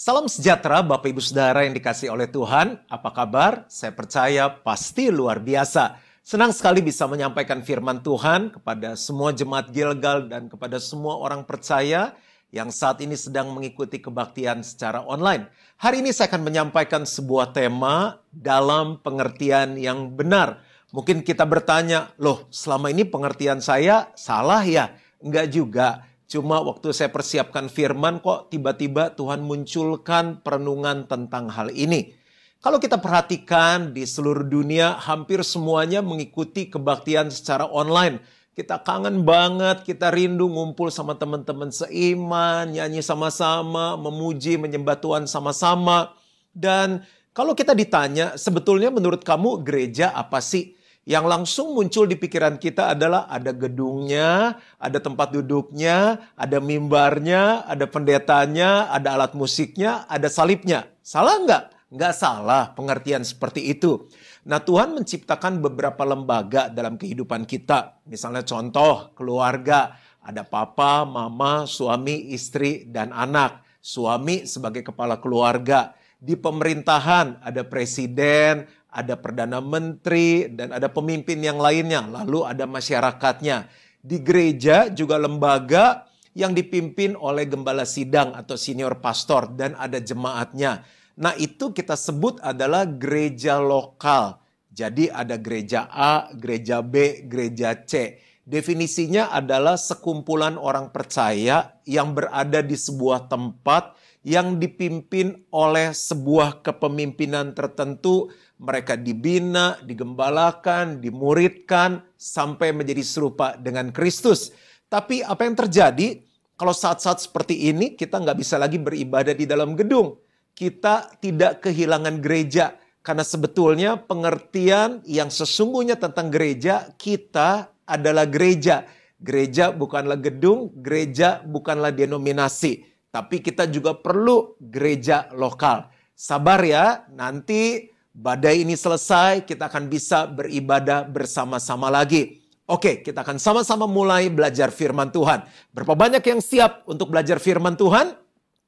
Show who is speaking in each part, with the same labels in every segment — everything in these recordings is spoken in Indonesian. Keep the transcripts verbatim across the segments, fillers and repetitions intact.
Speaker 1: Salam sejahtera Bapak Ibu Saudara yang dikasihi oleh Tuhan. Apa kabar? Saya percaya pasti luar biasa. Senang sekali bisa menyampaikan firman Tuhan kepada semua jemaat Gilgal dan kepada semua orang percaya yang saat ini sedang mengikuti kebaktian secara online. Hari ini saya akan menyampaikan sebuah tema dalam pengertian yang benar. Mungkin kita bertanya, loh selama ini pengertian saya salah ya? Enggak juga. Cuma waktu saya persiapkan firman kok tiba-tiba Tuhan munculkan perenungan tentang hal ini. Kalau kita perhatikan di seluruh dunia hampir semuanya mengikuti kebaktian secara online. Kita kangen banget, kita rindu ngumpul sama teman-teman seiman, nyanyi sama-sama, memuji, menyembah Tuhan sama-sama. Dan kalau kita ditanya, sebetulnya menurut kamu gereja apa sih? Yang langsung muncul di pikiran kita adalah ada gedungnya, ada tempat duduknya, ada mimbarnya, ada pendetanya, ada alat musiknya, ada salibnya. Salah nggak? Nggak salah pengertian seperti itu. Nah, Tuhan menciptakan beberapa lembaga dalam kehidupan kita. Misalnya contoh keluarga, ada papa, mama, suami, istri, dan anak. Suami sebagai kepala keluarga. Di pemerintahan ada presiden, ada perdana menteri, dan ada pemimpin yang lainnya. Lalu ada masyarakatnya. Di gereja juga lembaga yang dipimpin oleh gembala sidang atau senior pastor dan ada jemaatnya. Nah itu kita sebut adalah gereja lokal. Jadi ada gereja A, gereja B, gereja C. Definisinya adalah sekumpulan orang percaya yang berada di sebuah tempat yang dipimpin oleh sebuah kepemimpinan tertentu. Mereka dibina, digembalakan, dimuridkan, sampai menjadi serupa dengan Kristus. Tapi apa yang terjadi kalau saat-saat seperti ini kita nggak bisa lagi beribadah di dalam gedung? Kita tidak kehilangan gereja. Karena sebetulnya pengertian yang sesungguhnya tentang gereja, kita adalah gereja. Gereja bukanlah gedung, gereja bukanlah denominasi. Tapi kita juga perlu gereja lokal. Sabar ya, nanti badai ini selesai, kita akan bisa beribadah bersama-sama lagi. Oke, kita akan sama-sama mulai belajar firman Tuhan. Berapa banyak yang siap untuk belajar firman Tuhan?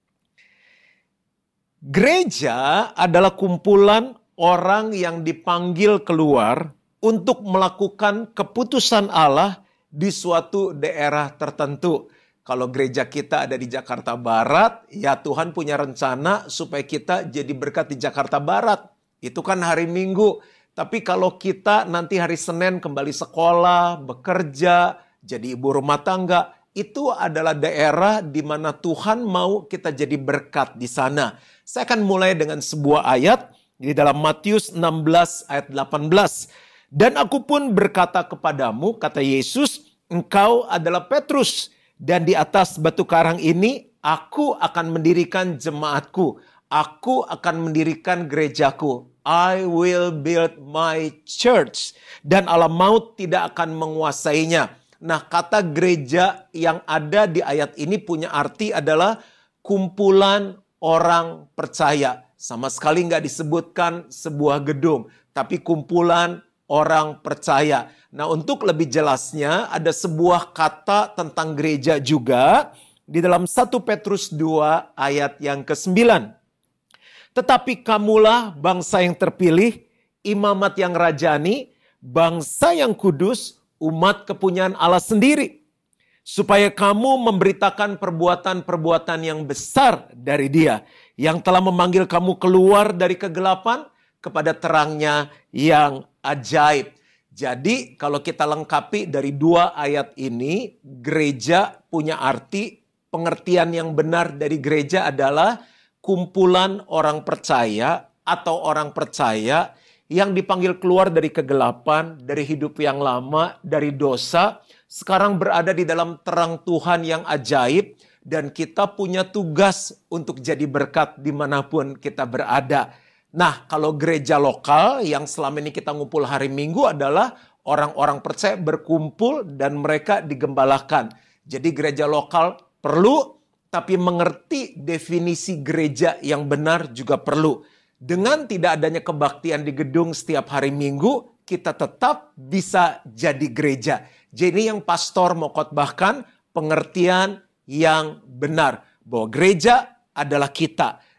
Speaker 1: Gereja adalah kumpulan orang yang dipanggil keluar untuk melakukan keputusan Allah di suatu daerah tertentu. Kalau gereja kita ada di Jakarta Barat, ya Tuhan punya rencana supaya kita jadi berkat di Jakarta Barat. Itu kan hari Minggu. Tapi kalau kita nanti hari Senin kembali sekolah, bekerja, jadi ibu rumah tangga, itu adalah daerah di mana Tuhan mau kita jadi berkat di sana. Saya akan mulai dengan sebuah ayat di dalam Matius enam belas ayat delapan belas. Dan aku pun berkata kepadamu, kata Yesus, engkau adalah Petrus. Dan di atas batu karang ini aku akan mendirikan jemaatku. Aku akan mendirikan gerejaku. I will build my church. Dan alam maut tidak akan menguasainya. Nah, kata gereja yang ada di ayat ini punya arti adalah kumpulan orang percaya. Sama sekali nggak disebutkan sebuah gedung. Tapi kumpulan orang percaya. Nah, untuk lebih jelasnya ada sebuah kata tentang gereja juga di dalam satu Petrus dua ayat yang kesembilan. Tetapi kamulah bangsa yang terpilih, imamat yang rajani, bangsa yang kudus, umat kepunyaan Allah sendiri. Supaya kamu memberitakan perbuatan-perbuatan yang besar dari Dia, yang telah memanggil kamu keluar dari kegelapan kepada terangnya yang ajaib. Jadi kalau kita lengkapi dari dua ayat ini, gereja punya arti, pengertian yang benar dari gereja adalah kumpulan orang percaya atau orang percaya yang dipanggil keluar dari kegelapan, dari hidup yang lama, dari dosa, sekarang berada di dalam terang Tuhan yang ajaib, dan kita punya tugas untuk jadi berkat dimanapun kita berada. Nah, kalau gereja lokal yang selama ini kita ngumpul hari Minggu adalah orang-orang percaya berkumpul dan mereka digembalakan. Jadi gereja lokal perlu, tapi mengerti definisi gereja yang benar juga perlu. Dengan tidak adanya kebaktian di gedung setiap hari Minggu, kita tetap bisa jadi gereja. Jadi yang pastor mau khotbahkan pengertian yang benar. Bahwa gereja adalah kita.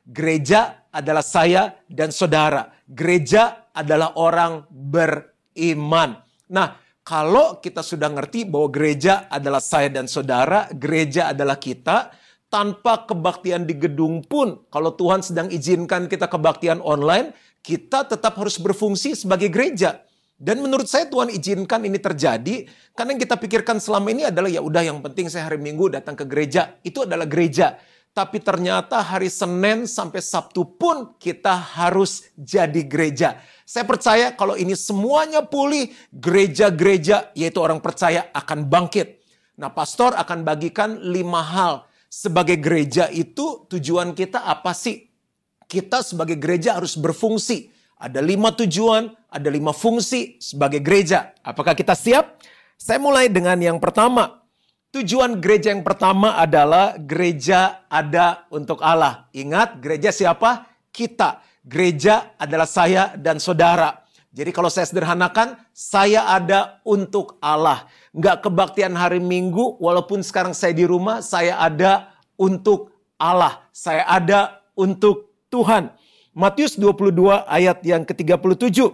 Speaker 1: Gereja adalah saya dan saudara. Gereja adalah orang beriman. Nah, kalau kita sudah ngerti bahwa gereja adalah saya dan saudara, gereja adalah kita, tanpa kebaktian di gedung pun, kalau Tuhan sedang izinkan kita kebaktian online, kita tetap harus berfungsi sebagai gereja. Dan menurut saya Tuhan izinkan ini terjadi karena yang kita pikirkan selama ini adalah ya udah yang penting saya hari Minggu datang ke gereja, itu adalah gereja. Tapi ternyata hari Senin sampai Sabtu pun kita harus jadi gereja. Saya percaya kalau ini semuanya pulih, gereja-gereja yaitu orang percaya akan bangkit. Nah, pastor akan bagikan lima hal. Sebagai gereja itu tujuan kita apa sih? Kita sebagai gereja harus berfungsi. Ada lima tujuan, ada lima fungsi sebagai gereja. Apakah kita siap? Saya mulai dengan yang pertama. Tujuan gereja yang pertama adalah gereja ada untuk Allah. Ingat, gereja siapa? Kita. Gereja adalah saya dan saudara. Jadi kalau saya sederhanakan, saya ada untuk Allah. Nggak kebaktian hari Minggu, walaupun sekarang saya di rumah, saya ada untuk Allah. Saya ada untuk Tuhan. Matius dua puluh dua ayat yang ke tiga puluh tujuh.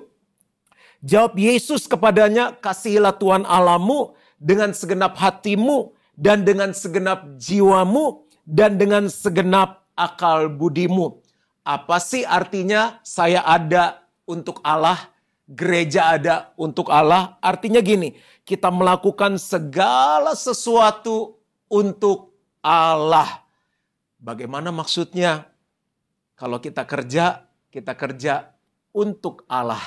Speaker 1: Jawab Yesus kepadanya, kasihilah Tuhan Allahmu dengan segenap hatimu dan dengan segenap jiwamu dan dengan segenap akal budimu. Apa sih artinya saya ada untuk Allah, gereja ada untuk Allah? Artinya gini, kita melakukan segala sesuatu untuk Allah. Bagaimana maksudnya? Kalau kita kerja, kita kerja untuk Allah.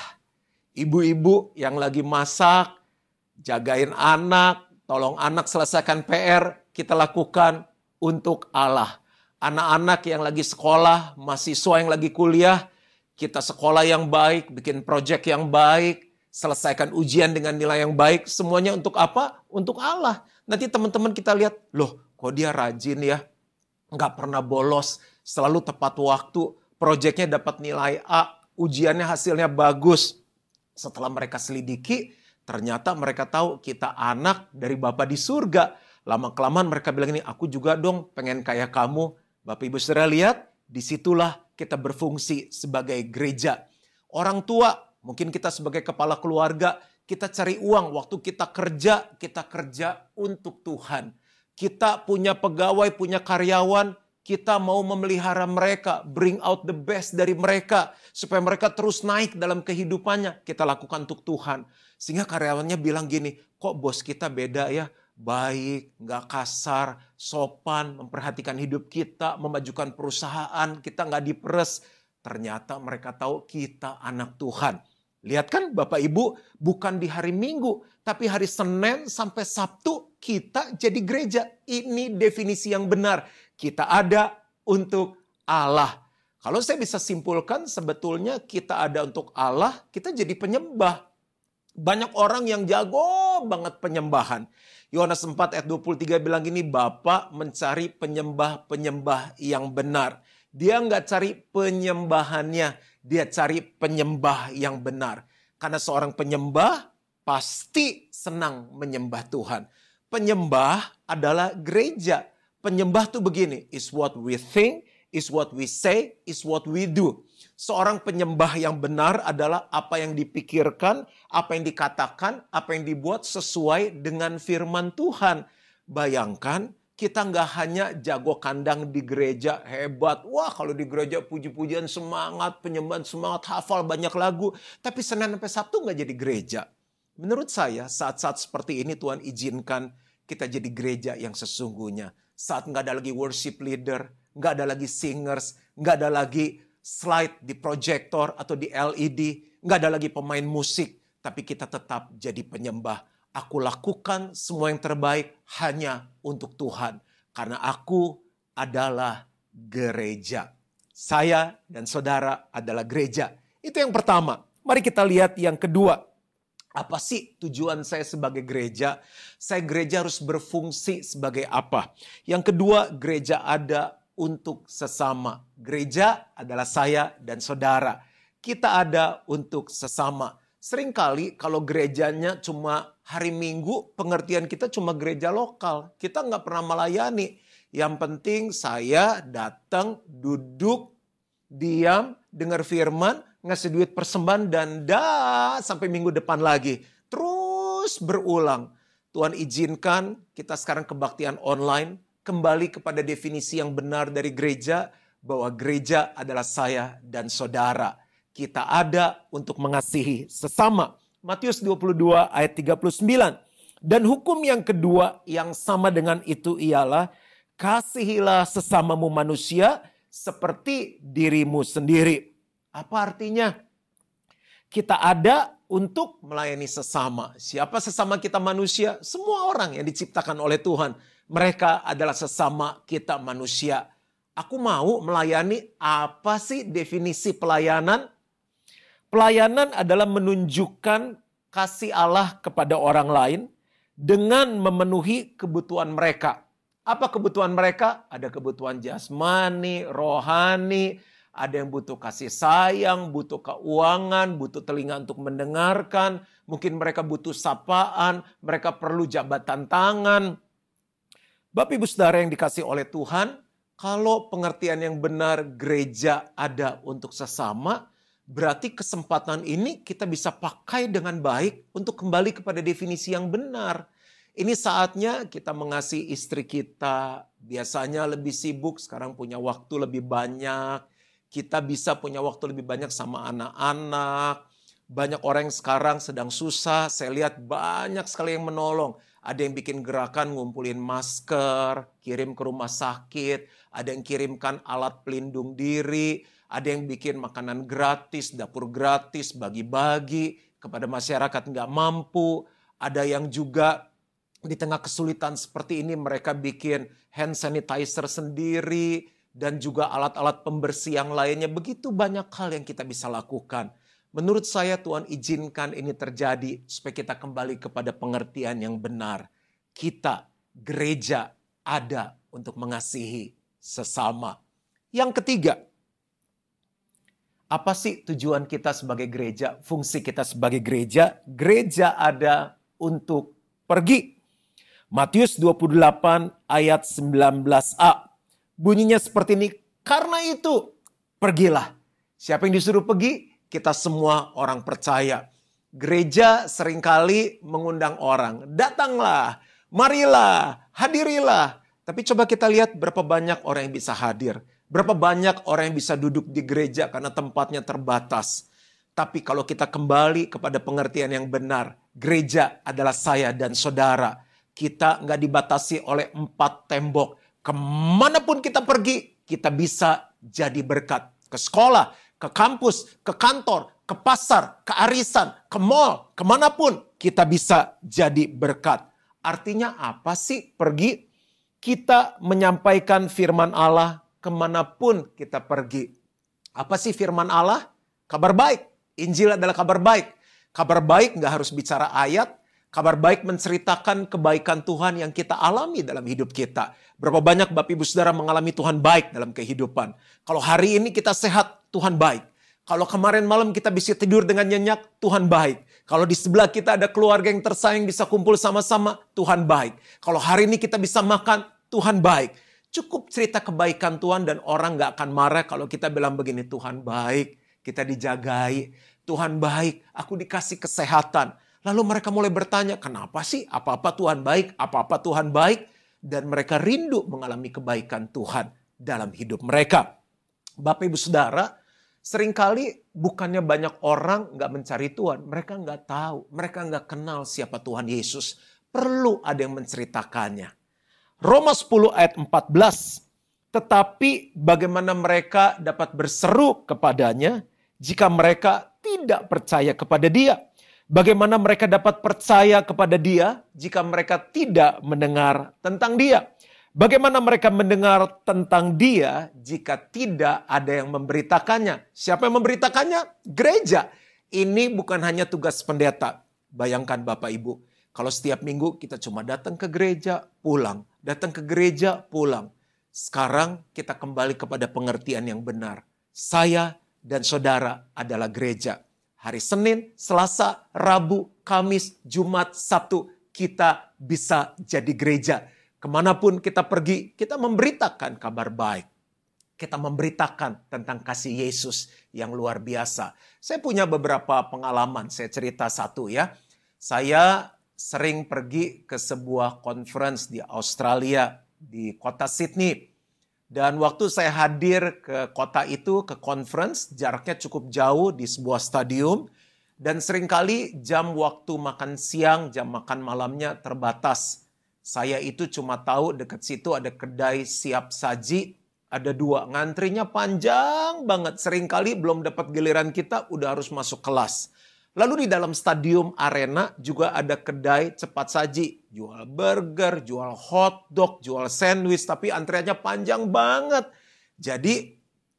Speaker 1: Ibu-ibu yang lagi masak, jagain anak, tolong anak selesaikan P R, kita lakukan untuk Allah. Anak-anak yang lagi sekolah, mahasiswa yang lagi kuliah, kita sekolah yang baik, bikin proyek yang baik, selesaikan ujian dengan nilai yang baik, semuanya untuk apa? Untuk Allah. Nanti teman-teman kita lihat, loh kok dia rajin ya, nggak pernah bolos, selalu tepat waktu, proyeknya dapat nilai A, ujiannya hasilnya bagus. Setelah mereka selidiki, ternyata mereka tahu kita anak dari Bapa di surga. Lama-kelamaan mereka bilang ini, aku juga dong pengen kayak kamu. Bapak Ibu saudara lihat, disitulah kita berfungsi sebagai gereja. Orang tua, mungkin kita sebagai kepala keluarga, kita cari uang. Waktu kita kerja, kita kerja untuk Tuhan. Kita punya pegawai, punya karyawan, kita mau memelihara mereka, bring out the best dari mereka, supaya mereka terus naik dalam kehidupannya. Kita lakukan untuk Tuhan. Sehingga karyawannya bilang gini, kok bos kita beda ya? Baik, gak kasar, sopan, memperhatikan hidup kita, memajukan perusahaan, kita gak diperes. Ternyata mereka tahu kita anak Tuhan. Lihat kan Bapak Ibu, bukan di hari Minggu, tapi hari Senin sampai Sabtu kita jadi gereja. Ini definisi yang benar. Kita ada untuk Allah. Kalau saya bisa simpulkan sebetulnya kita ada untuk Allah, kita jadi penyembah. Banyak orang yang jago banget penyembahan. Yohanes empat ayat dua puluh tiga bilang gini, Bapa mencari penyembah-penyembah yang benar. Dia nggak cari penyembahannya, dia cari penyembah yang benar. Karena seorang penyembah pasti senang menyembah Tuhan. Penyembah adalah gereja. Penyembah tuh begini, is what we think, is what we say, is what we do. Seorang penyembah yang benar adalah apa yang dipikirkan, apa yang dikatakan, apa yang dibuat sesuai dengan firman Tuhan. Bayangkan, kita nggak hanya jago kandang di gereja, hebat. Wah, kalau di gereja puji-pujian semangat, penyembahan semangat, hafal banyak lagu. Tapi Senin sampai Sabtu nggak jadi gereja. Menurut saya, saat-saat seperti ini Tuhan izinkan kita jadi gereja yang sesungguhnya. Saat nggak ada lagi worship leader, nggak ada lagi singers, nggak ada lagi slide di proyektor atau di L E D, nggak ada lagi pemain musik, tapi kita tetap jadi penyembah. Aku lakukan semua yang terbaik hanya untuk Tuhan, karena aku adalah gereja. Saya dan saudara adalah gereja. Itu yang pertama. Mari kita lihat yang kedua. Apa sih tujuan saya sebagai gereja? Saya gereja harus berfungsi sebagai apa? Yang kedua, gereja ada untuk sesama. Gereja adalah saya dan saudara. Kita ada untuk sesama. Seringkali kalau gerejanya cuma hari Minggu, pengertian kita cuma gereja lokal. Kita nggak pernah melayani. Yang penting saya datang, duduk, diam, dengar firman, ngasih duit persembahan, dan dah sampai minggu depan lagi. Terus berulang. Tuhan izinkan kita sekarang kebaktian online, kembali kepada definisi yang benar dari gereja, bahwa gereja adalah saya dan saudara. Kita ada untuk mengasihi sesama. Matius dua puluh dua ayat tiga puluh sembilan. Dan hukum yang kedua yang sama dengan itu ialah, kasihilah sesamamu manusia seperti dirimu sendiri. Apa artinya? Kita ada untuk melayani sesama. Siapa sesama kita manusia? Semua orang yang diciptakan oleh Tuhan. Mereka adalah sesama kita manusia. Aku mau melayani. Apa sih definisi pelayanan? Pelayanan adalah menunjukkan kasih Allah kepada orang lain dengan memenuhi kebutuhan mereka. Apa kebutuhan mereka? Ada kebutuhan jasmani, rohani, ada yang butuh kasih sayang, butuh keuangan, butuh telinga untuk mendengarkan. Mungkin mereka butuh sapaan, mereka perlu jabatan tangan. Bapak Ibu Saudara yang dikasih oleh Tuhan, kalau pengertian yang benar gereja ada untuk sesama, berarti kesempatan ini kita bisa pakai dengan baik untuk kembali kepada definisi yang benar. Ini saatnya kita mengasihi istri kita, biasanya lebih sibuk, sekarang punya waktu lebih banyak. Kita bisa punya waktu lebih banyak sama anak-anak. Banyak orang yang sekarang sedang susah, saya lihat banyak sekali yang menolong. Ada yang bikin gerakan ngumpulin masker, kirim ke rumah sakit, ada yang kirimkan alat pelindung diri, ada yang bikin makanan gratis, dapur gratis, bagi-bagi kepada masyarakat nggak mampu. Ada yang juga di tengah kesulitan seperti ini mereka bikin hand sanitizer sendiri dan juga alat-alat pembersih yang lainnya. Begitu banyak hal yang kita bisa lakukan. Menurut saya Tuhan izinkan ini terjadi supaya kita kembali kepada pengertian yang benar. Kita, gereja, ada untuk mengasihi sesama. Yang ketiga, apa sih tujuan kita sebagai gereja? Fungsi kita sebagai gereja? Gereja ada untuk pergi. Matius dua puluh delapan ayat sembilan belas a. Bunyinya seperti ini. Karena itu, pergilah. Siapa yang disuruh pergi? Kita semua orang percaya. Gereja seringkali mengundang orang. Datanglah, marilah, hadirilah. Tapi coba kita lihat berapa banyak orang yang bisa hadir. Berapa banyak orang yang bisa duduk di gereja karena tempatnya terbatas. Tapi kalau kita kembali kepada pengertian yang benar, gereja adalah saya dan saudara. Kita nggak dibatasi oleh empat tembok. Kemanapun kita pergi, kita bisa jadi berkat. Ke sekolah, ke kampus, ke kantor, ke pasar, ke arisan, ke mall, kemanapun kita bisa jadi berkat. Artinya apa sih pergi? Kita menyampaikan firman Allah kemanapun kita pergi. Apa sih firman Allah? Kabar baik. Injil adalah kabar baik. Kabar baik nggak harus bicara ayat. Kabar baik menceritakan kebaikan Tuhan yang kita alami dalam hidup kita. Berapa banyak Bapak Ibu Saudara mengalami Tuhan baik dalam kehidupan. Kalau hari ini kita sehat, Tuhan baik. Kalau kemarin malam kita bisa tidur dengan nyenyak, Tuhan baik. Kalau di sebelah kita ada keluarga yang tersayang bisa kumpul sama-sama, Tuhan baik. Kalau hari ini kita bisa makan, Tuhan baik. Cukup cerita kebaikan Tuhan dan orang gak akan marah kalau kita bilang begini, Tuhan baik, kita dijagai, Tuhan baik, aku dikasih kesehatan. Lalu mereka mulai bertanya, kenapa sih apa-apa Tuhan baik, apa-apa Tuhan baik? Dan mereka rindu mengalami kebaikan Tuhan dalam hidup mereka. Bapak Ibu Saudara, seringkali bukannya banyak orang gak mencari Tuhan. Mereka gak tahu, mereka gak kenal siapa Tuhan Yesus. Perlu ada yang menceritakannya. Roma sepuluh ayat empat belas. Tetapi bagaimana mereka dapat berseru kepadanya jika mereka tidak percaya kepada dia? Bagaimana mereka dapat percaya kepada dia jika mereka tidak mendengar tentang dia? Bagaimana mereka mendengar tentang dia jika tidak ada yang memberitakannya? Siapa yang memberitakannya? Gereja. Ini bukan hanya tugas pendeta. Bayangkan Bapak Ibu, kalau setiap minggu kita cuma datang ke gereja, pulang. Datang ke gereja, pulang. Sekarang kita kembali kepada pengertian yang benar. Saya dan saudara adalah gereja. Hari Senin, Selasa, Rabu, Kamis, Jumat, Sabtu, kita bisa jadi gereja. Kemanapun kita pergi, kita memberitakan kabar baik. kita memberitakan tentang kasih Yesus yang luar biasa. Saya punya beberapa pengalaman, saya cerita satu ya. Saya sering pergi ke sebuah conference di Australia, di kota Sydney. Dan waktu saya hadir ke kota itu, ke conference, jaraknya cukup jauh di sebuah stadium. Dan seringkali jam waktu makan siang, jam makan malamnya terbatas. Saya itu cuma tahu dekat situ ada kedai siap saji, ada dua. Ngantrinya panjang banget, seringkali belum dapat giliran kita udah harus masuk kelas. Lalu di dalam stadium arena juga ada kedai cepat saji. Jual burger, jual hotdog, jual sandwich, tapi antriannya panjang banget. Jadi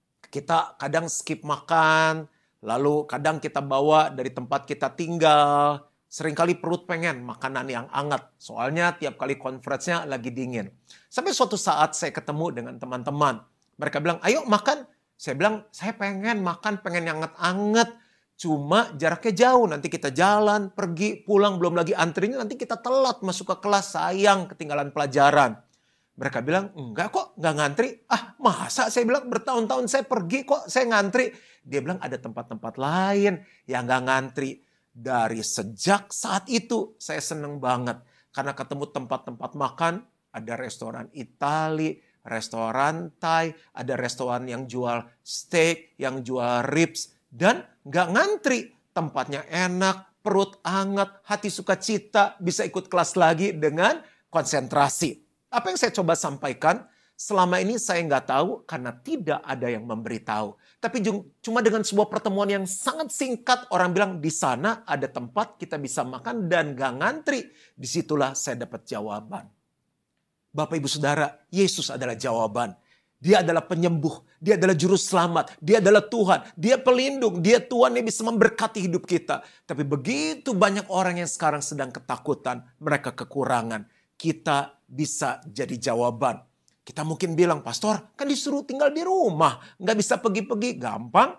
Speaker 1: kita kadang skip makan, lalu kadang kita bawa dari tempat kita tinggal. Seringkali perut pengen makanan yang hangat. Soalnya tiap kali conference-nya lagi dingin. Sampai suatu saat saya ketemu dengan teman-teman. Mereka bilang, ayo makan. Saya bilang, saya pengen makan, pengen yang hangat-hangat. Cuma jaraknya jauh. Nanti kita jalan, pergi, pulang, belum lagi antrinya. Nanti kita telat masuk ke kelas, sayang ketinggalan pelajaran. Mereka bilang, enggak kok, enggak ngantri. Ah, masa? Saya bilang, bertahun-tahun saya pergi kok, saya ngantri. Dia bilang, ada tempat-tempat lain yang enggak ngantri. Dari sejak saat itu saya seneng banget. Karena ketemu tempat-tempat makan. Ada restoran Itali, restoran Thai, ada restoran yang jual steak, yang jual ribs. Dan gak ngantri. Tempatnya enak, perut hangat, hati sukacita. Bisa ikut kelas lagi dengan konsentrasi. Apa yang saya coba sampaikan? Selama ini saya nggak tahu karena tidak ada yang memberitahu. Tapi cuma dengan sebuah pertemuan yang sangat singkat, orang bilang di sana ada tempat kita bisa makan dan nggak ngantri. Disitulah saya dapat jawaban. Bapak Ibu Saudara, Yesus adalah jawaban. Dia adalah penyembuh, dia adalah juru selamat, dia adalah Tuhan, dia pelindung, dia Tuhan yang bisa memberkati hidup kita. Tapi begitu banyak orang yang sekarang sedang ketakutan, mereka kekurangan. Kita bisa jadi jawaban. Kita mungkin bilang, pastor kan disuruh tinggal di rumah, nggak bisa pergi-pergi, gampang.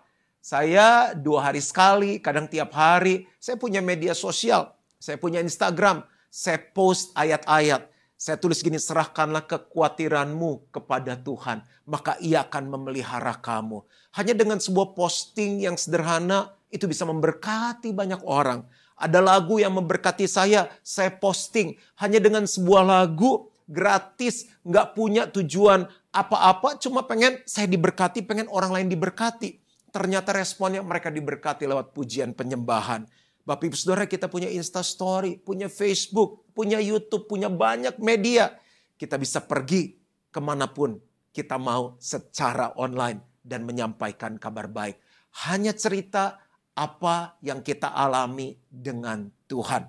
Speaker 1: Saya dua hari sekali, kadang tiap hari, saya punya media sosial, saya punya Instagram, saya post ayat-ayat. Saya tulis gini, serahkanlah kekhawatiranmu kepada Tuhan, maka Ia akan memelihara kamu. Hanya dengan sebuah posting yang sederhana, itu bisa memberkati banyak orang. Ada lagu yang memberkati saya, saya posting. Hanya dengan sebuah lagu, gratis, nggak punya tujuan apa-apa, cuma pengen saya diberkati, pengen orang lain diberkati. Ternyata responnya mereka diberkati lewat pujian penyembahan. Bapak Ibu Saudara, kita punya Instastory, punya Facebook, punya YouTube, punya banyak media. Kita bisa pergi kemanapun kita mau secara online dan menyampaikan kabar baik. Hanya cerita apa yang kita alami dengan Tuhan.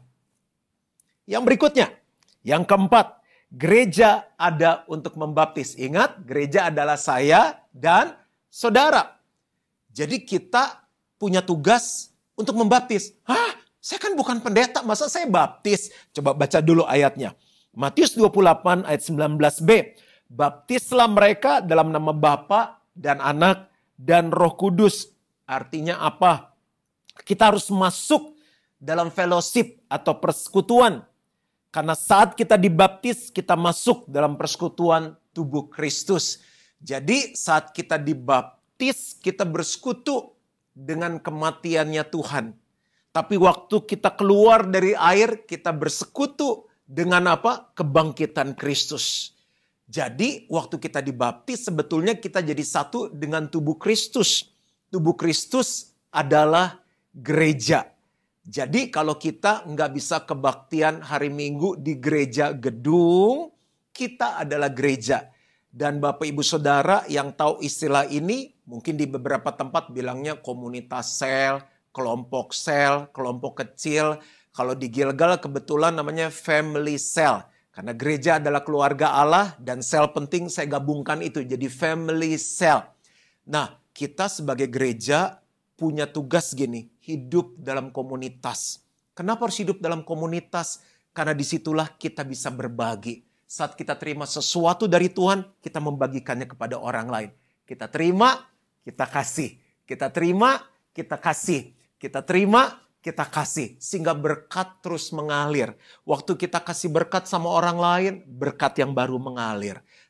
Speaker 1: Yang berikutnya, yang keempat, gereja ada untuk membaptis. Ingat, gereja adalah saya dan saudara. Jadi kita punya tugas untuk membaptis. Hah? Saya kan bukan pendeta, masa saya baptis? Coba baca dulu ayatnya. Matius dua puluh delapan ayat sembilan belas b. Baptislah mereka dalam nama Bapa dan Anak dan Roh Kudus. Artinya apa? Kita harus masuk dalam fellowship atau persekutuan. Karena saat kita dibaptis, kita masuk dalam persekutuan tubuh Kristus. Jadi saat kita dibaptis, kita bersekutu dengan kematiannya Tuhan. Tapi waktu kita keluar dari air, kita bersekutu dengan apa? Kebangkitan Kristus. Jadi waktu kita dibaptis, sebetulnya kita jadi satu dengan tubuh Kristus. Tubuh Kristus adalah gereja. Jadi kalau kita nggak bisa kebaktian hari Minggu di gereja gedung, kita adalah gereja. Dan Bapak Ibu Saudara yang tahu istilah ini, mungkin di beberapa tempat bilangnya komunitas sel, kelompok sel, kelompok kecil. Kalau di Gilgal kebetulan namanya family cell. Karena gereja adalah keluarga Allah dan sel penting saya gabungkan itu jadi family cell. Nah, kita sebagai gereja punya tugas gini, hidup dalam komunitas. Kenapa harus hidup dalam komunitas? Karena disitulah kita bisa berbagi. Saat kita terima sesuatu dari Tuhan, kita membagikannya kepada orang lain. Kita terima, kita kasih. Kita terima, kita kasih. Kita terima, kita kasih. Sehingga berkat terus mengalir. Waktu kita kasih berkat sama orang lain, berkat yang baru mengalir.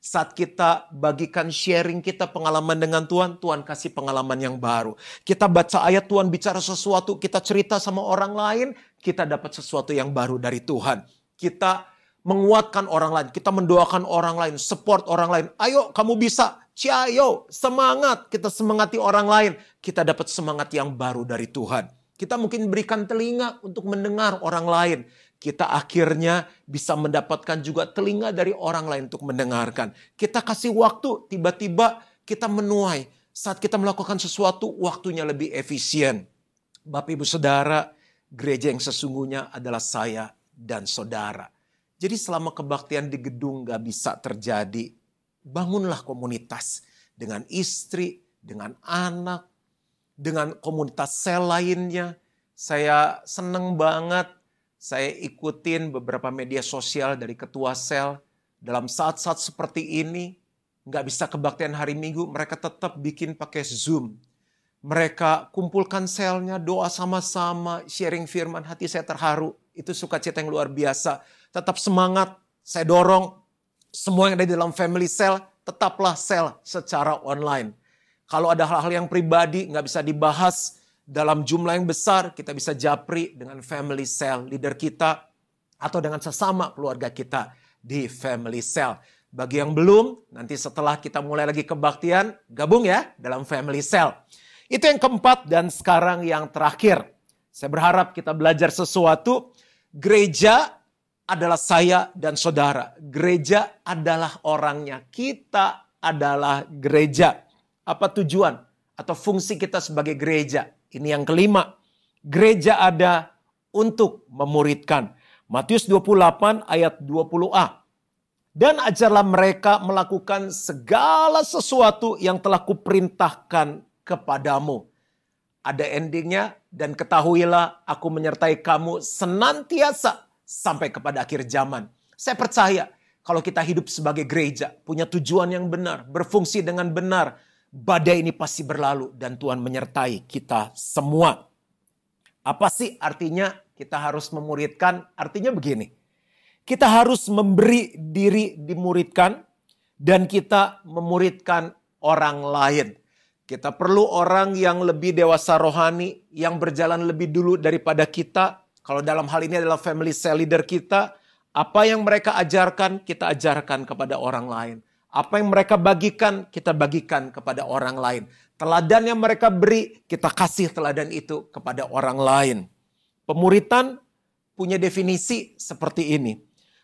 Speaker 1: Saat kita bagikan sharing kita pengalaman dengan Tuhan, Tuhan kasih pengalaman yang baru. Kita baca ayat, Tuhan bicara sesuatu, kita cerita sama orang lain, kita dapat sesuatu yang baru dari Tuhan. Kita menguatkan orang lain, kita mendoakan orang lain, support orang lain. Ayo kamu bisa, ciayo, semangat. Kita semangati orang lain, kita dapat semangat yang baru dari Tuhan. Kita mungkin berikan telinga untuk mendengar orang lain. Kita akhirnya bisa mendapatkan juga telinga dari orang lain untuk mendengarkan. Kita kasih waktu, tiba-tiba kita menuai. Saat kita melakukan sesuatu, waktunya lebih efisien. Bapak Ibu Saudara, gereja yang sesungguhnya adalah saya dan saudara. Jadi selama kebaktian di gedung gak bisa terjadi, bangunlah komunitas dengan istri, dengan anak, dengan komunitas sel lainnya. Saya seneng banget. Saya ikutin beberapa media sosial dari ketua sel. Dalam saat-saat seperti ini, nggak bisa kebaktian hari Minggu, mereka tetap bikin pakai Zoom. Mereka kumpulkan selnya, doa sama-sama, sharing firman, hati saya terharu. Itu sukacita yang luar biasa. Tetap semangat, saya dorong semua yang ada di dalam family cell, tetaplah sel secara online. Kalau ada hal-hal yang pribadi, nggak bisa dibahas dalam jumlah yang besar, kita bisa japri dengan family cell leader kita atau dengan sesama keluarga kita di family cell. Bagi yang belum, nanti setelah kita mulai lagi kebaktian, gabung ya dalam family cell. Itu yang keempat dan sekarang yang terakhir. Saya berharap kita belajar sesuatu. Gereja adalah saya dan saudara. Gereja adalah orangnya. Kita adalah gereja. Apa tujuan atau fungsi kita sebagai gereja? Ini yang kelima, gereja ada untuk memuridkan. Matius dua puluh delapan ayat dua puluh a. Dan ajarlah mereka melakukan segala sesuatu yang telah kuperintahkan kepadamu. Ada endingnya, dan ketahuilah aku menyertai kamu senantiasa sampai kepada akhir zaman. Saya percaya kalau kita hidup sebagai gereja, punya tujuan yang benar, berfungsi dengan benar, badai ini pasti berlalu dan Tuhan menyertai kita semua. Apa sih artinya kita harus memuridkan? Artinya begini. Kita harus memberi diri dimuridkan dan kita memuridkan orang lain. Kita perlu orang yang lebih dewasa rohani, yang berjalan lebih dulu daripada kita. Kalau dalam hal ini adalah family cell leader kita, apa yang mereka ajarkan, kita ajarkan kepada orang lain. Apa yang mereka bagikan, kita bagikan kepada orang lain. Teladan yang mereka beri, kita kasih teladan itu kepada orang lain. Pemuritan punya definisi seperti ini.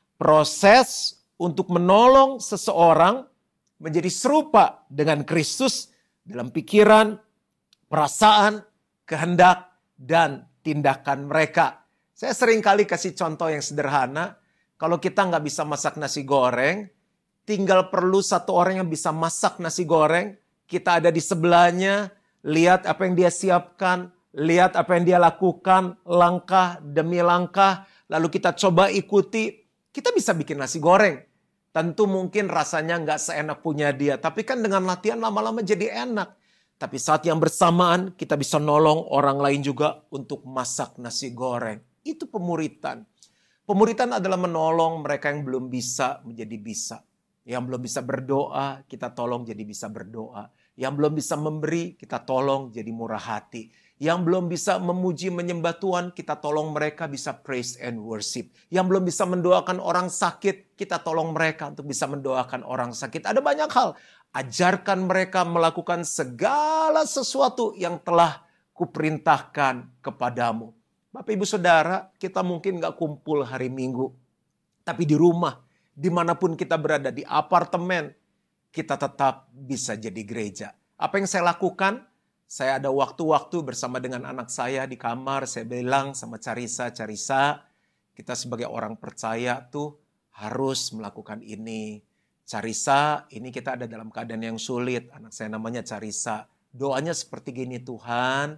Speaker 1: Proses untuk menolong seseorang menjadi serupa dengan Kristus dalam pikiran, perasaan, kehendak, dan tindakan mereka. Saya sering kali kasih contoh yang sederhana. Kalau kita nggak bisa masak nasi goreng, tinggal perlu satu orang yang bisa masak nasi goreng. Kita ada di sebelahnya, lihat apa yang dia siapkan, lihat apa yang dia lakukan, langkah demi langkah. Lalu kita coba ikuti, kita bisa bikin nasi goreng. Tentu mungkin rasanya nggak seenak punya dia. Tapi kan dengan latihan lama-lama jadi enak. Tapi saat yang bersamaan kita bisa nolong orang lain juga untuk masak nasi goreng. Itu pemuritan. Pemuritan adalah menolong mereka yang belum bisa menjadi bisa. Yang belum bisa berdoa, kita tolong jadi bisa berdoa. Yang belum bisa memberi, kita tolong jadi murah hati. Yang belum bisa memuji menyembah Tuhan, kita tolong mereka bisa praise and worship. Yang belum bisa mendoakan orang sakit, kita tolong mereka untuk bisa mendoakan orang sakit. Ada banyak hal. Ajarkan mereka melakukan segala sesuatu yang telah kuperintahkan kepadamu. Bapak Ibu Saudara, kita mungkin gak kumpul hari Minggu. Tapi di rumah, dimanapun kita berada, di apartemen, kita tetap bisa jadi gereja. Apa yang saya lakukan? Saya ada waktu-waktu bersama dengan anak saya di kamar, saya bilang sama Carisa, Carisa, kita sebagai orang percaya tuh harus melakukan ini. Carisa, ini kita ada dalam keadaan yang sulit. Anak saya namanya Carisa. Doanya seperti gini, Tuhan,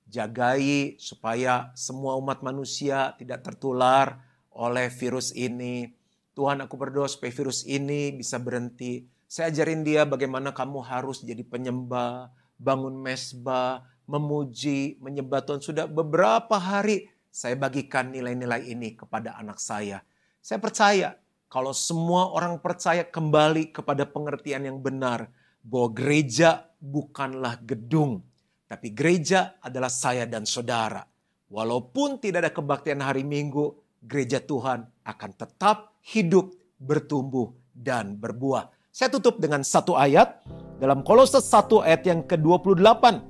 Speaker 1: jagai supaya semua umat manusia tidak tertular oleh virus ini. Tuhan, aku berdoa supaya virus ini bisa berhenti. Saya ajarin dia bagaimana kamu harus jadi penyembah, bangun mesbah, memuji, menyembah Tuhan. Sudah beberapa hari saya bagikan nilai-nilai ini kepada anak saya. Saya percaya kalau semua orang percaya kembali kepada pengertian yang benar bahwa gereja bukanlah gedung, tapi gereja adalah saya dan saudara. Walaupun tidak ada kebaktian hari Minggu, gereja Tuhan akan tetap hidup, bertumbuh, dan berbuah. Saya tutup dengan satu ayat dalam Kolose satu ayat yang ke dua puluh delapan.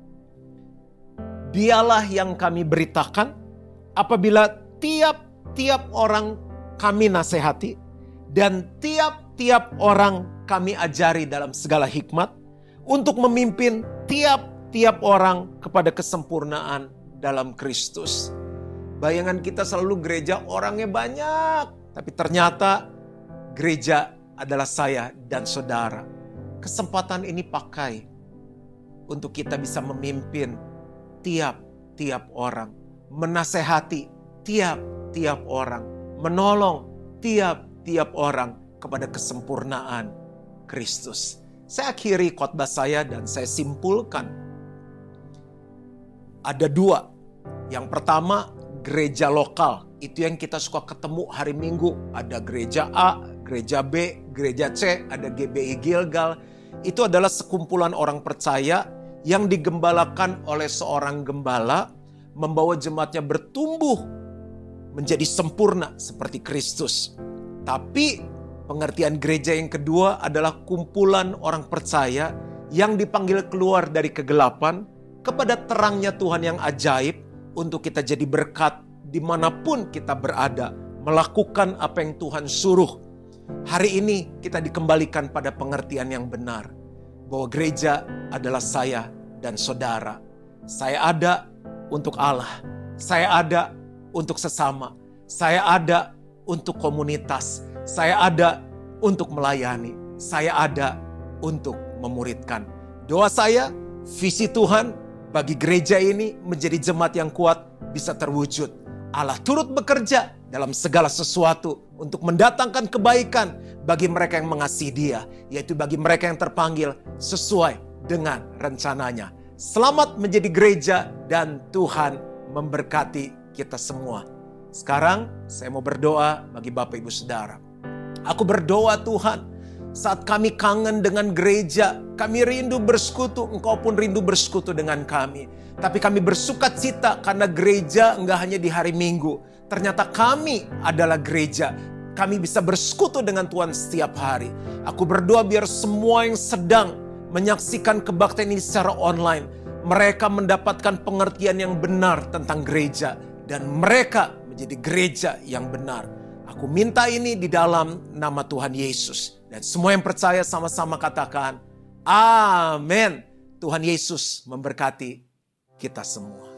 Speaker 1: Dialah yang kami beritakan apabila tiap-tiap orang kami nasihati dan tiap-tiap orang kami ajari dalam segala hikmat untuk memimpin tiap-tiap orang kepada kesempurnaan dalam Kristus. Bayangan kita selalu gereja orangnya banyak, tapi ternyata gereja adalah saya dan saudara. Kesempatan ini pakai untuk kita bisa memimpin tiap-tiap orang, menasehati tiap-tiap orang, menolong tiap-tiap orang kepada kesempurnaan Kristus. Saya akhiri khotbah saya dan saya simpulkan. Ada dua. Yang pertama, gereja lokal. Itu yang kita suka ketemu hari Minggu. Ada gereja A, gereja B, gereja C, ada G B I Gilgal. Itu adalah sekumpulan orang percaya yang digembalakan oleh seorang gembala, membawa jemaatnya bertumbuh menjadi sempurna seperti Kristus. Tapi pengertian gereja yang kedua adalah kumpulan orang percaya yang dipanggil keluar dari kegelapan kepada terangnya Tuhan yang ajaib untuk kita jadi berkat dimanapun kita berada, melakukan apa yang Tuhan suruh. Hari ini kita dikembalikan pada pengertian yang benar, bahwa gereja adalah saya dan saudara. Saya ada untuk Allah, saya ada untuk sesama, saya ada untuk komunitas, saya ada untuk melayani, saya ada untuk memuridkan. Doa saya, visi Tuhan bagi gereja ini menjadi jemaat yang kuat bisa terwujud. Allah turut bekerja dalam segala sesuatu untuk mendatangkan kebaikan bagi mereka yang mengasihi Dia, yaitu bagi mereka yang terpanggil sesuai dengan rencananya. Selamat menjadi gereja dan Tuhan memberkati kita semua. Sekarang saya mau berdoa bagi Bapak Ibu Saudara. Aku berdoa Tuhan, saat kami kangen dengan gereja, kami rindu bersekutu, Engkau pun rindu bersekutu dengan kami. Tapi kami bersuka cita karena gereja enggak hanya di hari Minggu. Ternyata kami adalah gereja. Kami bisa bersekutu dengan Tuhan setiap hari. Aku berdoa biar semua yang sedang menyaksikan kebaktian ini secara online, mereka mendapatkan pengertian yang benar tentang gereja. Dan mereka menjadi gereja yang benar. Aku minta ini di dalam nama Tuhan Yesus. Dan semua yang percaya sama-sama katakan, amin. Tuhan Yesus memberkati kita semua.